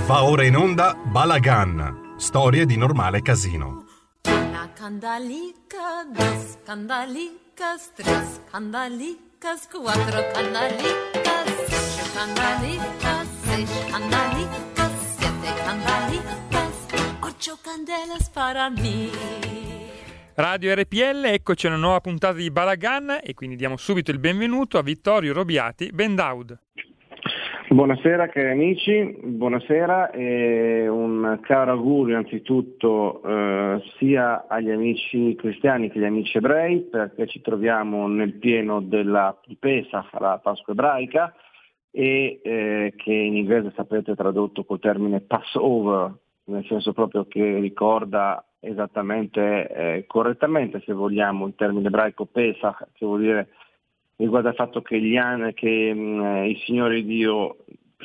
Va ora in onda Balagan, storie di Normale Casino. Una candalica, dos candalicas, tres candalicas, cuatro candalicas, cinco candalicas, seis candalicas, siete candalicas, ocho candelas para mí. Radio RPL, eccoci a una nuova puntata di Balagan e quindi diamo subito il benvenuto a Vittorio Robiati Bendaud. Buonasera cari amici, buonasera e un caro augurio anzitutto sia agli amici cristiani che agli amici ebrei, perché ci troviamo nel pieno della Pesach, la Pasqua ebraica, e che in inglese sapete tradotto col termine Passover, nel senso proprio che ricorda esattamente, correttamente se vogliamo, il termine ebraico Pesach, che vuol dire riguarda il fatto che il Signore Dio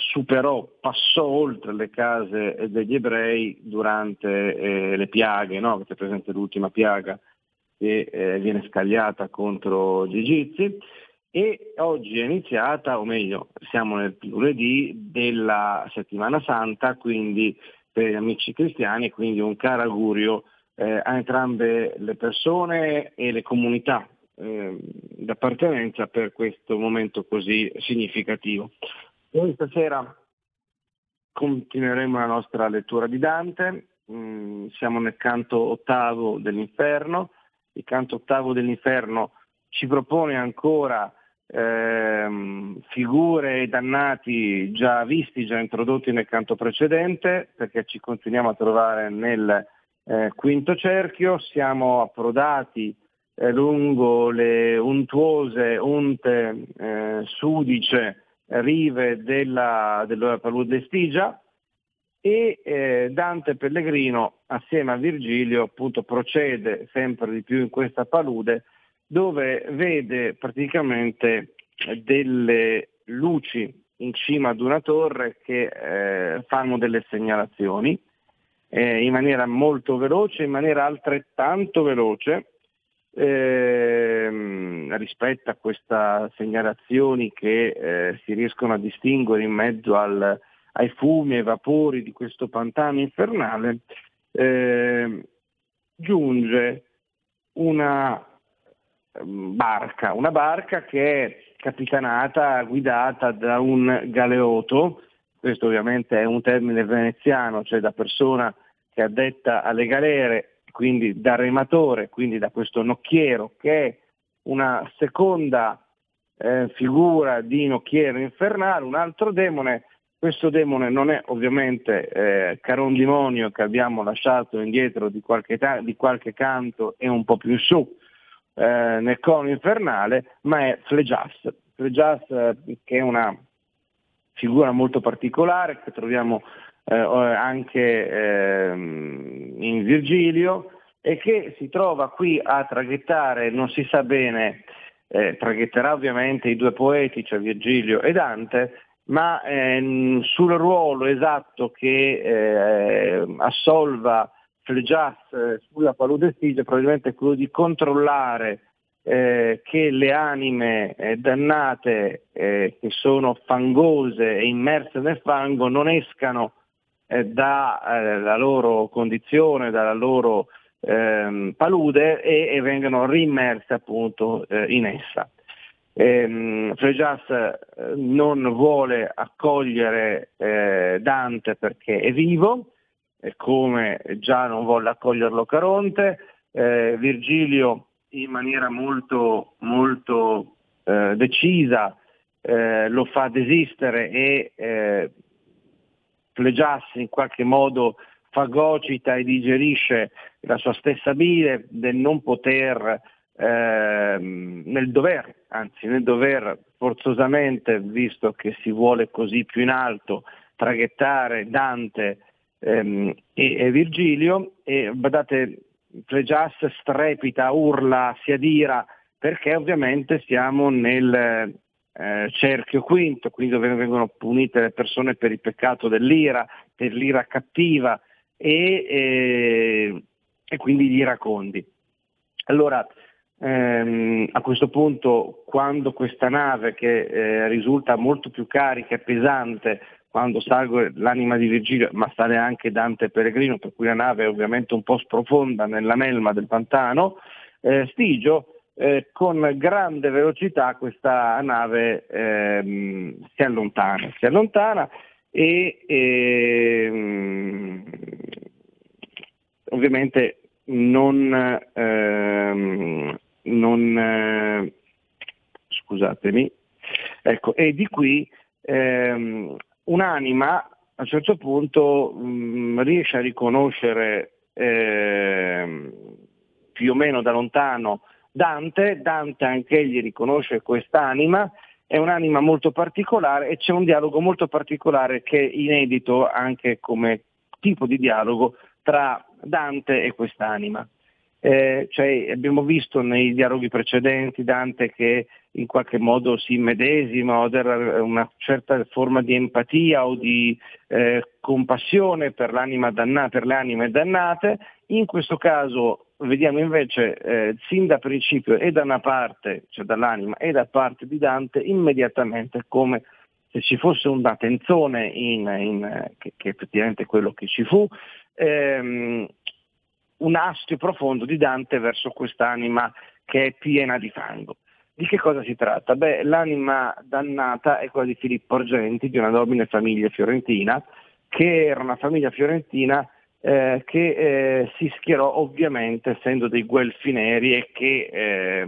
passò oltre le case degli ebrei durante le piaghe, no? Avete presente l'ultima piaga che viene scagliata contro gli egizi, e oggi è iniziata, o meglio, siamo nel lunedì della Settimana Santa, quindi per gli amici cristiani, quindi un caro augurio a entrambe le persone e le comunità d'appartenenza per questo momento così significativo. Noi stasera continueremo la nostra lettura di Dante, siamo nel canto ottavo dell'Inferno. Il canto ottavo dell'Inferno ci propone ancora figure e dannati già visti, già introdotti nel canto precedente, perché ci continuiamo a trovare nel quinto cerchio. Siamo approdati lungo le untuose, unte, sudice rive della palude Estigia, e Dante Pellegrino assieme a Virgilio appunto procede sempre di più in questa palude, dove vede praticamente delle luci in cima ad una torre che fanno delle segnalazioni in maniera molto veloce, in maniera altrettanto veloce rispetto a queste segnalazioni che si riescono a distinguere in mezzo ai fumi e ai vapori di questo pantano infernale. Giunge una barca che è capitanata, guidata da un galeotto. Questo ovviamente è un termine veneziano, cioè da persona che è addetta alle galere, quindi da rematore, quindi da questo nocchiero, che è una seconda figura di nocchiero infernale, un altro demone. Questo demone non è ovviamente Carondimonio, che abbiamo lasciato indietro di qualche canto e un po' più in su nel cono infernale, ma è Flegias, che è una figura molto particolare che troviamo anche in Virgilio, e che si trova qui a traghettare, non si sa bene, traghetterà ovviamente i due poeti, cioè Virgilio e Dante, ma sul ruolo esatto che assolva Flegias sulla palude Estigia, probabilmente quello di controllare che le anime dannate che sono fangose e immerse nel fango non escano dalla loro condizione, dalla loro palude e vengano rimmerse appunto in essa. Flegias non vuole accogliere Dante perché è vivo, come già non volle accoglierlo Caronte. Virgilio in maniera molto, molto decisa lo fa desistere, e Flegias in qualche modo fagocita e digerisce la sua stessa bile del non poter, nel dover forzosamente, visto che si vuole così più in alto, traghettare Dante e Virgilio. E badate, Flegias strepita, urla, si adira, perché ovviamente siamo nel cerchio quinto, quindi dove vengono punite le persone per il peccato dell'ira, per l'ira cattiva e quindi gli iracondi. Allora a questo punto, quando questa nave, che risulta molto più carica e pesante quando salgo l'anima di Virgilio, ma sale anche Dante e Pellegrino, per cui la nave è ovviamente un po' sprofonda nella melma del pantano, Stigio, con grande velocità questa nave si allontana e ovviamente scusatemi, ecco, e di qui un'anima a un certo punto riesce a riconoscere più o meno da lontano Dante anche egli riconosce quest'anima, è un'anima molto particolare e c'è un dialogo molto particolare che è inedito anche come tipo di dialogo tra Dante e quest'anima. Cioè, abbiamo visto nei dialoghi precedenti Dante che in qualche modo si immedesima o ha una certa forma di empatia o di compassione per per le anime dannate. In questo caso vediamo invece sin da principio e da una parte, cioè dall'anima, e da parte di Dante immediatamente come se ci fosse una tensione che effettivamente è quello che ci fu, un astio profondo di Dante verso quest'anima che è piena di fango. Di che cosa si tratta? Beh, l'anima dannata è quella di Filippo Argenti, di una nobile famiglia fiorentina, che era una famiglia fiorentina che si schierò ovviamente essendo dei guelfi neri e che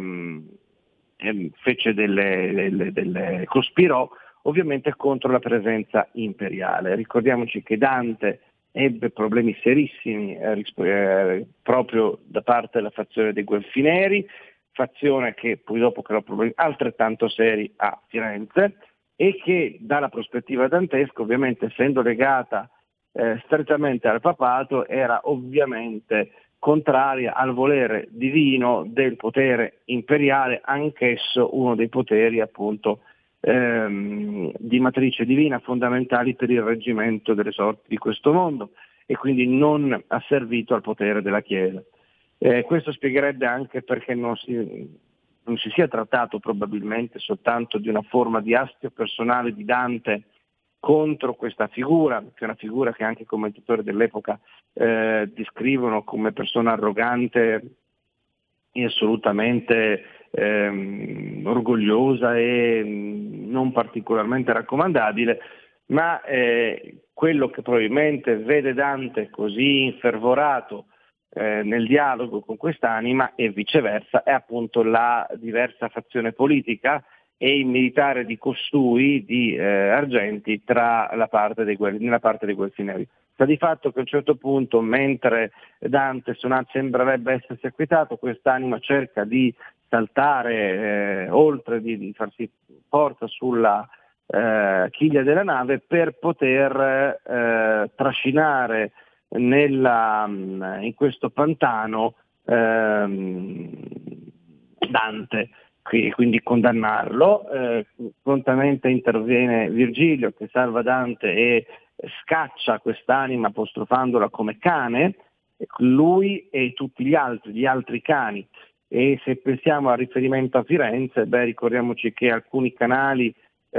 cospirò ovviamente contro la presenza imperiale. Ricordiamoci che Dante ebbe problemi serissimi proprio da parte della fazione dei Guelfi Neri, fazione che poi dopo creò problemi altrettanto seri a Firenze e che dalla prospettiva dantesca, ovviamente essendo legata strettamente al papato, era ovviamente contraria al volere divino del potere imperiale, anch'esso uno dei poteri appunto di matrice divina fondamentali per il reggimento delle sorti di questo mondo e quindi non asservito al potere della Chiesa. Questo spiegherebbe anche perché non si sia trattato probabilmente soltanto di una forma di astio personale di Dante contro questa figura, che è una figura che anche i commentatori dell'epoca descrivono come persona arrogante e assolutamente orgogliosa e non particolarmente raccomandabile, ma quello che probabilmente vede Dante così infervorato nel dialogo con quest'anima e viceversa è appunto la diversa fazione politica e il militare di costui, di Argenti, nella parte dei Guelfi Neri. Sta di fatto che a un certo punto, mentre Dante sembrerebbe essersi acquietato, quest'anima cerca di saltare oltre, di farsi forza sulla chiglia della nave per poter trascinare in questo pantano Dante, quindi condannarlo. Prontamente interviene Virgilio che salva Dante e scaccia quest'anima apostrofandola come cane, lui e tutti gli altri cani. E se pensiamo al riferimento a Firenze, ricordiamoci che alcuni canali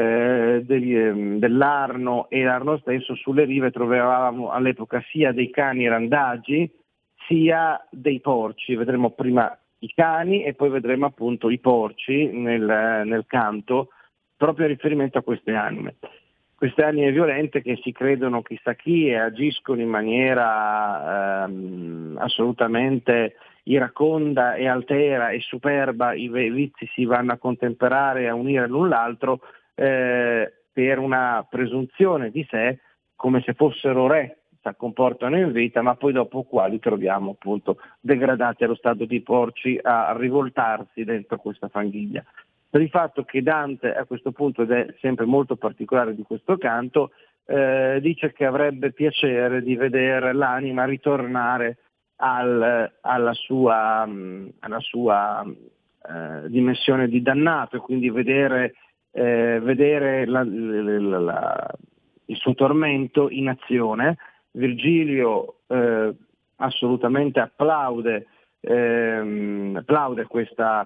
dell'Arno e l'Arno stesso sulle rive trovavamo all'epoca sia dei cani randagi sia dei porci. Vedremo prima i cani e poi vedremo appunto i porci nel canto, proprio in riferimento a queste anime violente che si credono chissà chi e agiscono in maniera assolutamente iraconda e altera e superba. I vizi si vanno a contemperare e a unire l'un l'altro per una presunzione di sé, come se fossero re, si comportano in vita, ma poi dopo qua li troviamo appunto degradati allo stato di porci a rivoltarsi dentro questa fanghiglia. Per il fatto che Dante a questo punto, ed è sempre molto particolare di questo canto, dice che avrebbe piacere di vedere l'anima ritornare alla sua dimensione di dannato e quindi vedere il suo tormento in azione. Virgilio assolutamente applaude questa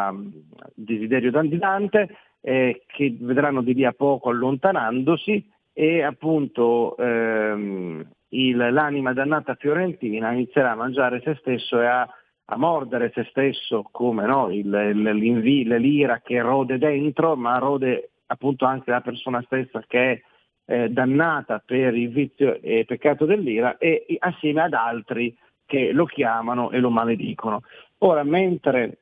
desiderio di Dante che vedranno di lì a poco allontanandosi e appunto l'anima dannata fiorentina inizierà a mangiare se stesso e a mordere se stesso, come no, l'ira che rode dentro, ma rode appunto anche la persona stessa che è dannata per il vizio e peccato dell'ira, e assieme ad altri che lo chiamano e lo maledicono. Ora, mentre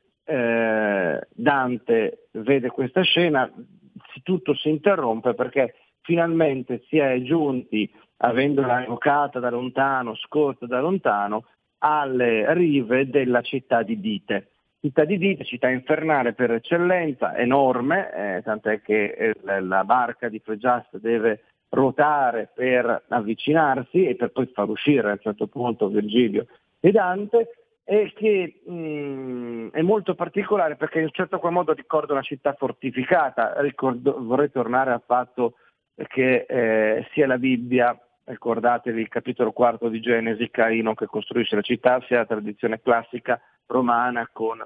Dante vede questa scena, tutto si interrompe perché finalmente si è giunti, avendola evocata da lontano, scorta da lontano, alle rive della città di Dite. Città di Dite, città infernale per eccellenza, enorme, tant'è che la barca di Fregiaste deve ruotare per avvicinarsi e per poi far uscire a un certo punto Virgilio e Dante, e che è molto particolare perché in un certo qual modo ricorda una città fortificata. Vorrei tornare al fatto che sia la Bibbia, ricordatevi il capitolo 4 di Genesi, Caino che costruisce la città, sia la tradizione classica romana con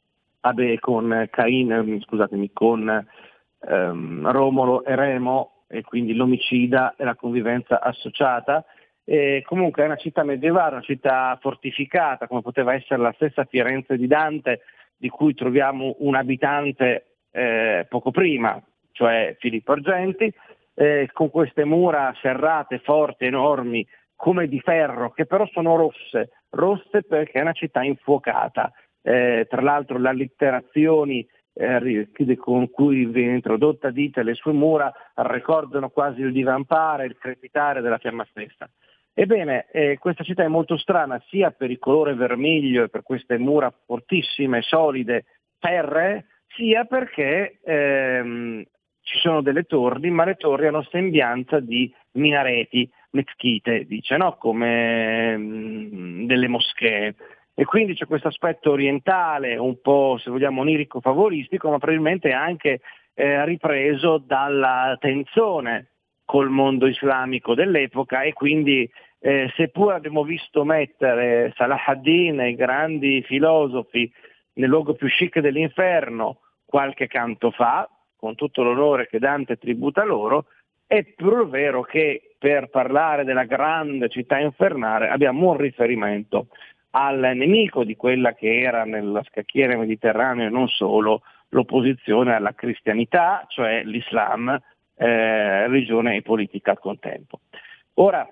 Romolo e Remo, e quindi l'omicida e la convivenza associata. Comunque è una città medievale, una città fortificata, come poteva essere la stessa Firenze di Dante, di cui troviamo un abitante poco prima, cioè Filippo Argenti, con queste mura serrate, forti, enormi, come di ferro, che però sono rosse perché è una città infuocata. Tra l'altro le allitterazioni con cui viene introdotta Dite, le sue mura ricordano quasi il divampare, il crepitare della fiamma stessa. Ebbene, questa città è molto strana sia per il colore vermiglio e per queste mura fortissime, solide, ferree, sia perché ci sono delle torri, ma le torri hanno sembianza di minareti, meschite, dice, no? Come delle moschee. E quindi c'è questo aspetto orientale, un po', se vogliamo, onirico favoristico, ma probabilmente anche ripreso dalla tensione col mondo islamico dell'epoca, e quindi seppur abbiamo visto mettere Salah ad-Din e i grandi filosofi nel luogo più chic dell'inferno qualche canto fa, con tutto l'onore che Dante tributa loro, è pur vero che per parlare della grande città infernale abbiamo un riferimento al nemico di quella che era nella scacchiera mediterranea e non solo, l'opposizione alla cristianità, cioè l'Islam, religione e politica al contempo. Ora,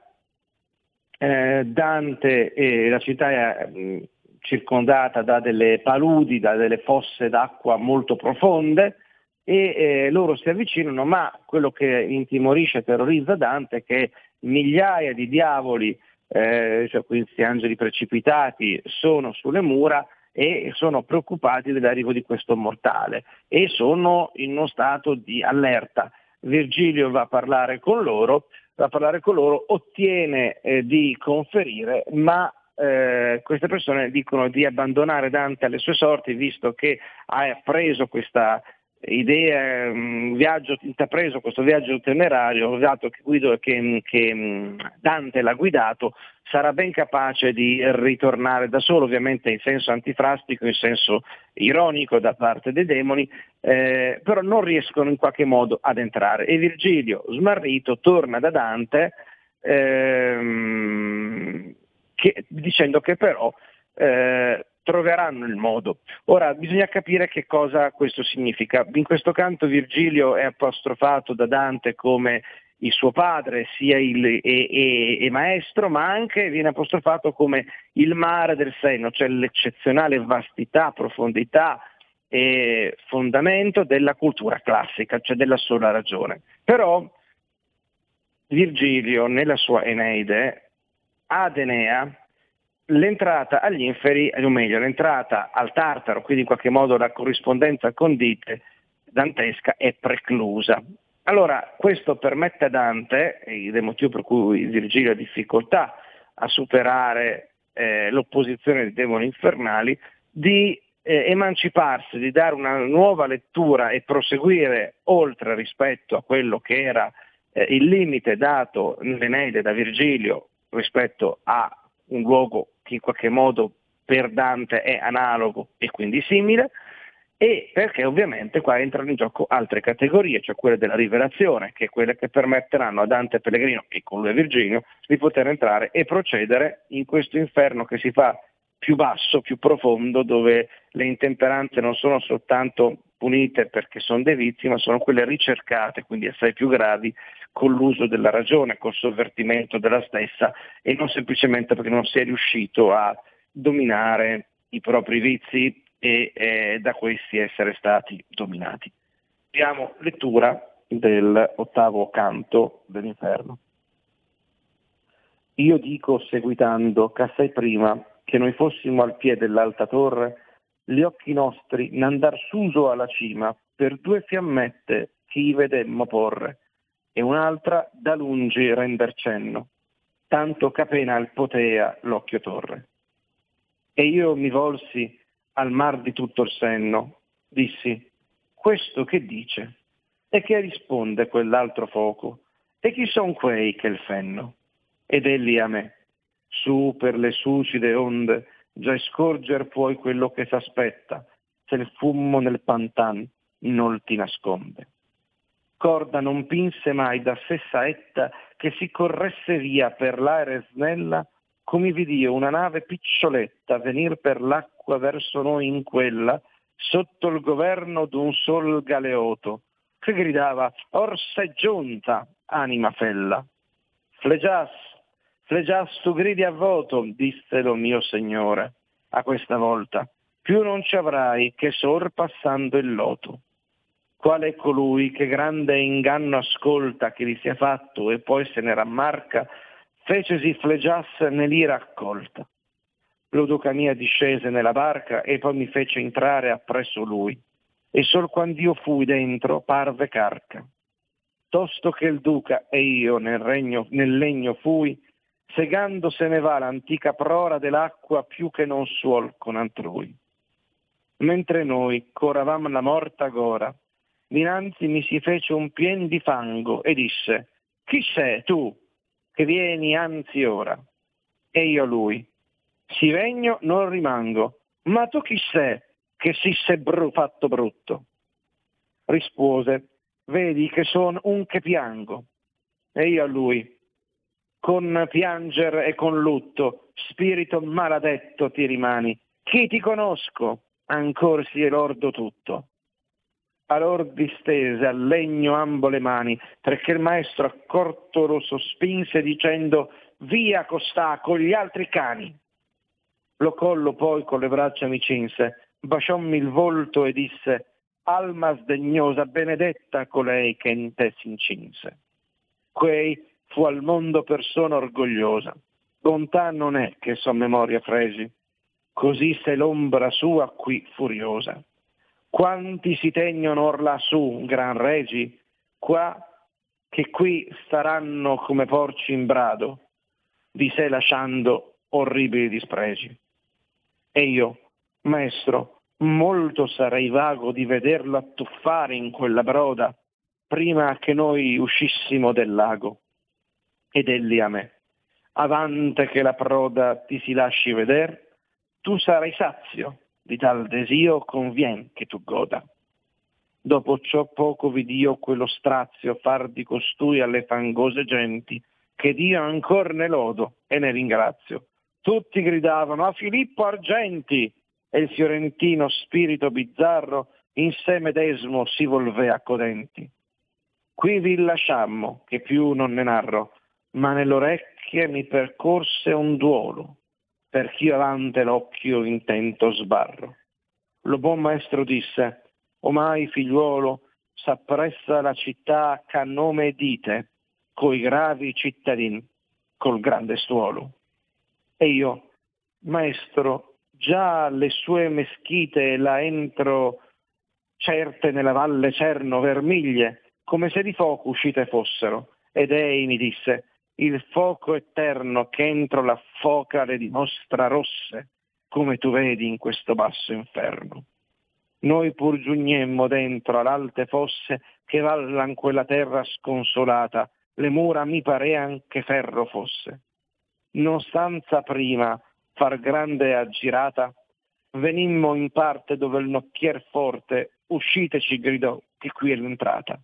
Dante, la città è circondata da delle paludi, da delle fosse d'acqua molto profonde, e loro si avvicinano, ma quello che intimorisce e terrorizza Dante è che migliaia di diavoli, cioè questi angeli precipitati, sono sulle mura e sono preoccupati dell'arrivo di questo mortale e sono in uno stato di allerta. Virgilio va a parlare con loro, ottiene di conferire, ma queste persone dicono di abbandonare Dante alle sue sorti, visto che ha preso questa idea, intrapreso questo viaggio temerario, dato che Dante l'ha guidato, sarà ben capace di ritornare da solo, ovviamente in senso antifrastico, in senso ironico da parte dei demoni, però non riescono in qualche modo ad entrare. E Virgilio, smarrito, torna da Dante dicendo che però troveranno il modo. Ora bisogna capire che cosa questo significa. In questo canto Virgilio è apostrofato da Dante come il suo padre, sia e maestro, ma anche viene apostrofato come il mare del senno, cioè l'eccezionale vastità, profondità e fondamento della cultura classica, cioè della sola ragione. Però Virgilio nella sua Eneide ad Enea l'entrata agli inferi, o meglio l'entrata al Tartaro, quindi in qualche modo la corrispondenza con Dite dantesca è preclusa. Allora questo permette a Dante, ed è il motivo per cui Virgilio ha difficoltà a superare l'opposizione dei demoni infernali, di emanciparsi, di dare una nuova lettura e proseguire oltre rispetto a quello che era il limite dato nell'Eneide da Virgilio rispetto a un luogo che in qualche modo per Dante è analogo e quindi simile, e perché ovviamente qua entrano in gioco altre categorie, cioè quelle della rivelazione, che è quelle che permetteranno a Dante Pellegrino e con lui a Virgilio di poter entrare e procedere in questo inferno che si fa più basso, più profondo, dove le intemperanze non sono soltanto punite perché sono dei vizi, ma sono quelle ricercate, quindi assai più gravi, con l'uso della ragione, col sovvertimento della stessa e non semplicemente perché non si è riuscito a dominare i propri vizi e da questi essere stati dominati. Diamo lettura dell'8° canto dell'inferno. Io dico seguitando ch'assai prima che noi fossimo al piede dell'alta torre, gli occhi nostri n'andar suso alla cima per 2 fiammette che i vedemmo porre, e un'altra da lungi render cenno, tanto c'appena il potea l'occhio torre. E io mi volsi al mar di tutto il senno, dissi, questo che dice? E che risponde quell'altro foco? E chi son quei che il fenno? Ed egli a me, su per le suside onde, già scorger puoi quello che s'aspetta, se il fumo nel pantan non ti nasconde. Corda non pinse mai da sé saetta che si corresse via per l'aere snella, come vidio una nave piccioletta venir per l'acqua verso noi in quella, sotto il governo d'un sol galeoto, che gridava, or sei giunta, anima fella. Flegias tu gridi a voto, disselo mio signore, a questa volta, più non ci avrai che sorpassando il loto. Qual è colui che grande inganno ascolta che gli sia fatto e poi se ne rammarca, fecesi Flegias nell'ira accolta. L'uduca mia discese nella barca e poi mi fece entrare appresso lui, e sol quand'io fui dentro parve carca. Tosto che il duca e io nel legno fui, segando se ne va l'antica prora dell'acqua più che non suol con altrui. Mentre noi coravam la morta gora, dinanzi mi si fece un pien di fango e disse, chi sei tu che vieni anzi ora? E io a lui, si vegno non rimango, ma tu chi sei che si sei fatto brutto? Rispose, vedi che son un che piango. E io a lui, con pianger e con lutto, spirito maladetto ti rimani, chi ti conosco, ancor si è lordo tutto. Allor distese al legno ambo le mani, perché il maestro accorto lo sospinse dicendo, via costà con gli altri cani. Lo collo poi con le braccia mi cinse, baciommi il volto e disse, alma sdegnosa, benedetta colei che in te s'incinse. Quei fu al mondo persona orgogliosa, bontà non è che so memoria fresi, così se l'ombra sua qui furiosa. Quanti si tegnono or lassù, gran regi, qua che qui staranno come porci in brado, di sé lasciando orribili dispregi. E io, maestro, molto sarei vago di vederlo attuffare in quella broda, prima che noi uscissimo del lago. Ed egli a me, avante che la proda ti si lasci veder, tu sarai sazio, di tal desio convien che tu goda. Dopo ciò poco vidio quello strazio far di costui alle fangose genti, che Dio ancor ne lodo e ne ringrazio. Tutti gridavano a Filippo Argenti, e il fiorentino spirito bizzarro in sé medesmo si volvea codenti. Qui vi lasciammo, che più non ne narro, ma nell'orecchie mi percorse un duolo, perch'io avante l'occhio intento sbarro. Lo buon maestro disse, omai figliuolo, s'appressa la città ch'a nome dite, coi gravi cittadin, col grande stuolo. E io, maestro, già le sue meschite la entro certe nella valle Cerno vermiglie, come se di fuoco uscite fossero, ed ei mi disse, il fuoco eterno che entro la foca le dimostra rosse, come tu vedi in questo basso inferno. Noi pur giugnemmo dentro all'alte fosse che vallan quella terra sconsolata, le mura mi parean che ferro fosse. Non stanza prima far grande aggirata, venimmo in parte dove il nocchier forte, usciteci gridò, che qui è l'entrata.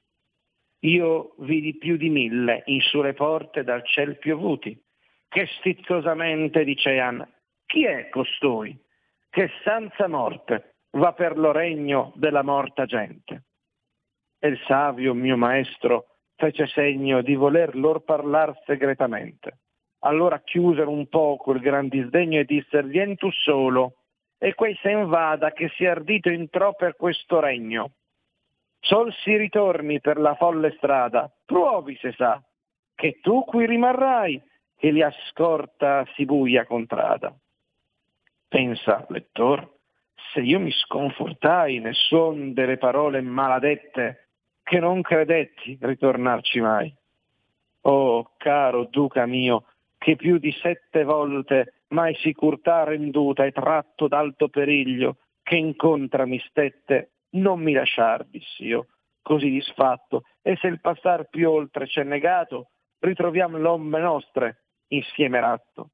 Io vidi più di 1000 in sulle porte dal ciel piovuti, che stizzosamente dicean, chi è costui, che senza morte va per lo regno della morta gente? E il savio mio maestro fece segno di voler lor parlar segretamente. Allora chiusero un poco il gran disdegno e dissero, vien tu solo, e quei sen vada che si ardito entrò per questo regno. Sol si ritorni per la folle strada, provi se sa, che tu qui rimarrai, e li ascorta si buia contrada. Pensa, lettor, se io mi sconfortai ne suon delle parole maladette, che non credetti ritornarci mai. Oh, caro duca mio, che più di 7 volte mai sicurtà renduta e tratto d'alto periglio, che incontra mi stette, non mi lasciar, diss'io, così disfatto, e se il passar più oltre c'è negato, ritroviam l'omme nostre insieme ratto.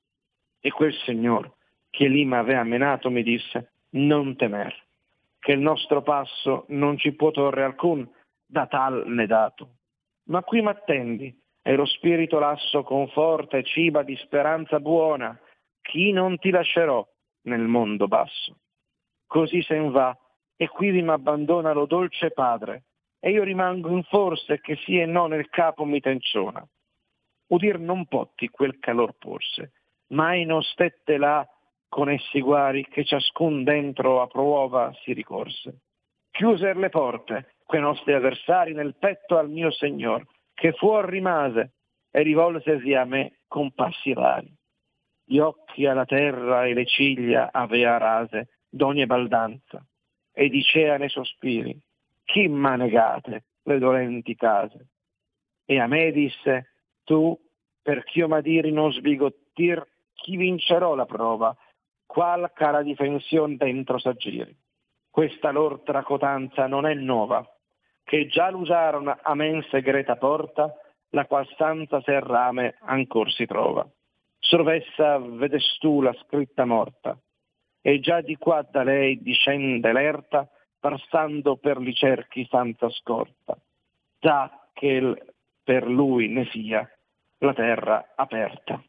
E quel signor che lì m'avea menato mi disse, non temer, che il nostro passo non ci può torre alcun da tal né dato. Ma qui m'attendi, e lo spirito lasso conforta e ciba di speranza buona, chi non ti lascerò nel mondo basso. Così sen va, e quivi m'abbandona lo dolce padre, e io rimango in forse che sì e no nel capo mi tensiona. Udir non potti quel calor porse, mai non stette là con essi guari che ciascun dentro a prova si ricorse. Chiuser le porte, quei nostri avversari nel petto al mio Signor, che fuor rimase e rivolsesi a me con passi rari. Gli occhi alla terra e le ciglia avea rase d'ogni baldanza, e dicea nei sospiri, chi m'ha negate le dolenti case? E a me disse, tu, per ch'io m'adiri non sbigottir, chi vincerò la prova, qual cara difension dentro s'aggiri. Questa lor tracotanza non è nuova, che già l'usarono a men segreta porta, la qual sanza serrame ancor si trova. Sovessa vedestù la scritta morta, e già di qua da lei discende l'erta, passando per li cerchi senza scorta, già che per lui ne sia la terra aperta.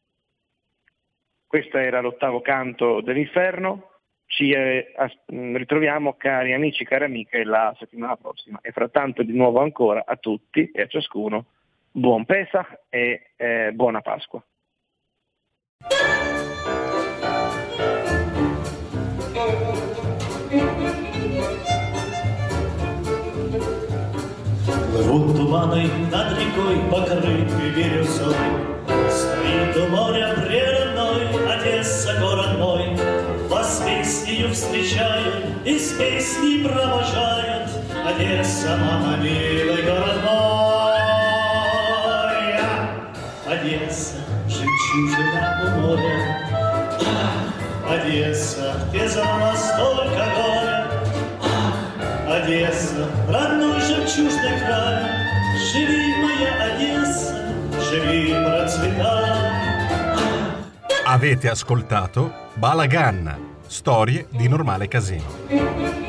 Questo era l'8° canto dell'Inferno. Ci ritroviamo, cari amici, cari amiche, la settimana prossima. E frattanto di nuovo ancora a tutti e a ciascuno buon Pesach e buona Pasqua. Плывут туманы над рекой, покрытые бирюзой. Стоит у моря прерывной Одесса, город мой. Вас песнею встречают и с песней провожают. Одесса, мама, милый город мой. Одесса, жемчужина у моря. Одесса, где за нас столько горя. Одесса, родной жемчужный край. Живи, моя Одесса, живи, процветай. Avete ascoltato Balagan, storie di Normale Casino.